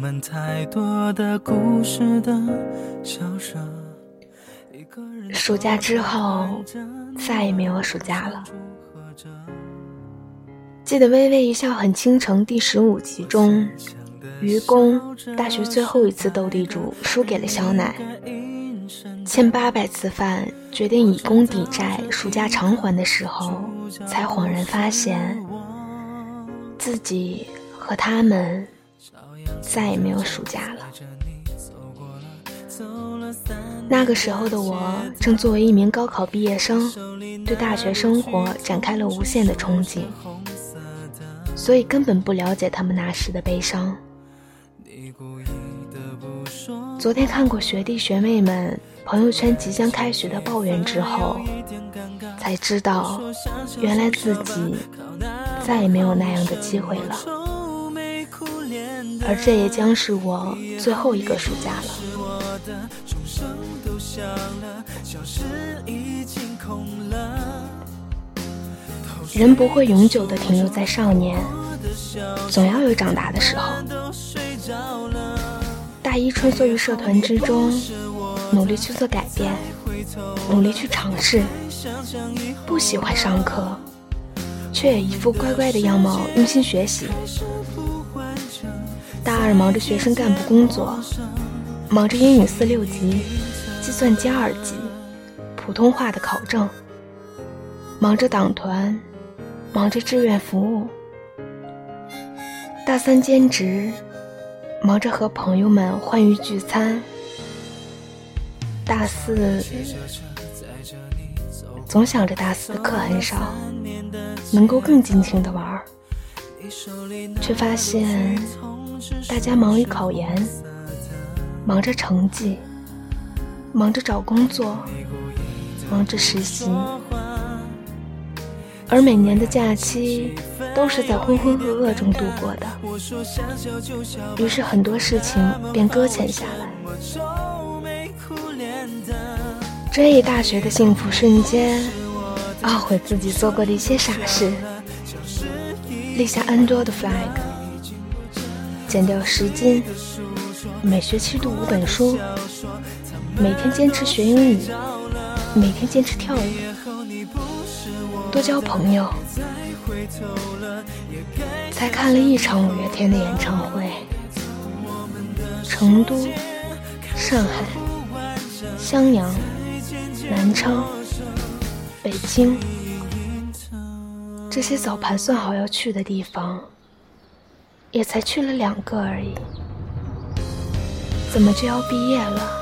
满太多的故事的小舍。 暑假之后再也没有暑假了。记得《微微一笑很倾城》第15集中，愚公大学最后一次斗地主输给了小奶，欠800次饭，决定以工抵债，暑假偿还的时候，才恍然发现自己和他们再也没有暑假了。那个时候的我正作为一名高考毕业生，对大学生活展开了无限的憧憬，所以根本不了解他们那时的悲伤。昨天看过学弟学妹们朋友圈即将开学的抱怨之后，才知道原来自己再也没有那样的机会了，而这也将是我最后一个暑假了。人不会永久地停留在少年，总要有长大的时候。大一穿梭于社团之中，努力去做改变，努力去尝试，不喜欢上课，却也一副乖乖的样貌，用心学习。大二忙着学生干部工作，忙着英语4、6级、计算机2级、普通话的考证，忙着党团，忙着志愿服务。大3兼职，忙着和朋友们欢愉聚餐。大4总想着大4的课很少，能够更尽情地玩，却发现大家忙于考研，忙着成绩，忙着找工作，忙着实习，而每年的假期都是在浑浑噩噩中度过的，于是很多事情便搁浅下来。追忆大学的幸福瞬间，懊悔自己做过的一些傻事，立下 N 多的 flag， 减掉10斤，每学期读5本书，每天坚持学英语，每天坚持跳舞，多交朋友，才看了1场5月天的演唱会。成都、上海、襄阳、南昌、北京，这些早盘算好要去的地方，也才去了2个而已，怎么就要毕业了？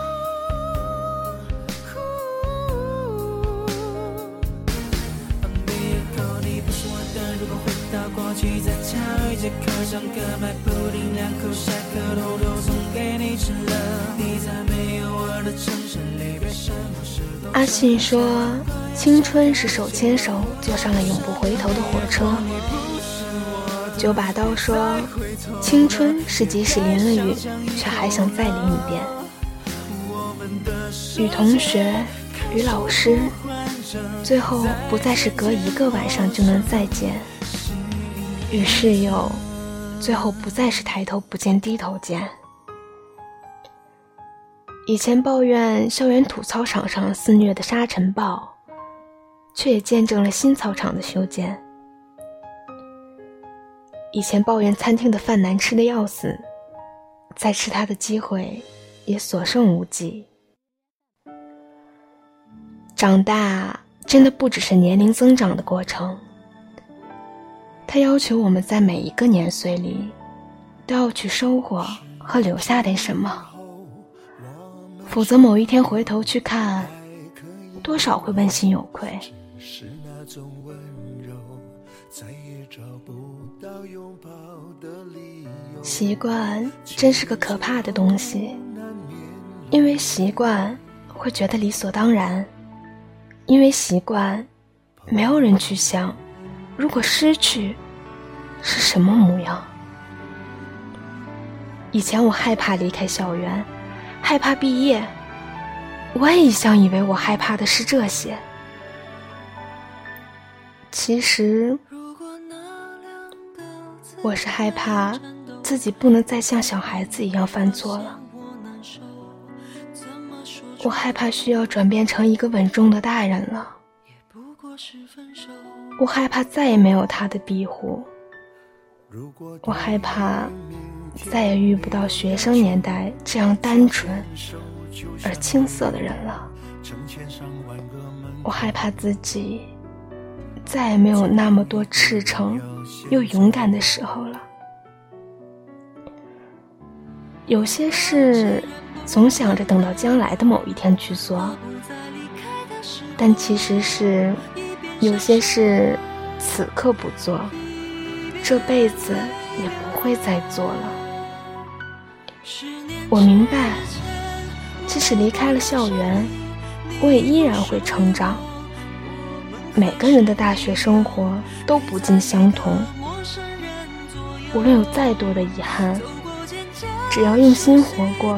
阿信说，青春是手牵手坐上了永不回头的火车。9把刀说，青春是即使淋了雨却还想再淋一遍。与同学，与老师，最后不再是隔1个晚上就能再见。与室友，最后不再是抬头不见低头见。以前抱怨校园土操场上肆虐的沙尘暴，却也见证了新操场的修建。以前抱怨餐厅的饭难吃的要死，再吃它的机会也所剩无几。长大真的不只是年龄增长的过程，它要求我们在每一个年岁里都要去收获和留下点什么，否则某一天回头去看，多少会问心有愧。习惯真是个可怕的东西，因为习惯会觉得理所当然，因为习惯没有人去想如果失去是什么模样。以前我害怕离开校园，害怕毕业，我也一向以为我害怕的是这些。其实我是害怕自己不能再像小孩子一样犯错了。我害怕需要转变成一个稳重的大人了。我害怕再也没有他的庇护。我害怕再也遇不到学生年代这样单纯而青涩的人了。我害怕自己再也没有那么多赤诚又勇敢的时候了。有些事总想着等到将来的某一天去做，但其实是有些事此刻不做，这辈子也不会再做了。我明白，即使离开了校园，我也依然会成长。每个人的大学生活都不尽相同，无论有再多的遗憾，只要用心活过，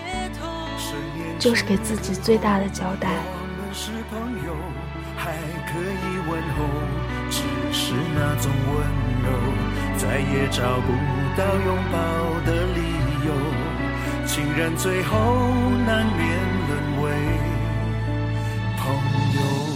就是给自己最大的交代。 是朋友还可以问候，只是那种温柔再也找不到拥抱的理由，情人最后难免沦为朋友。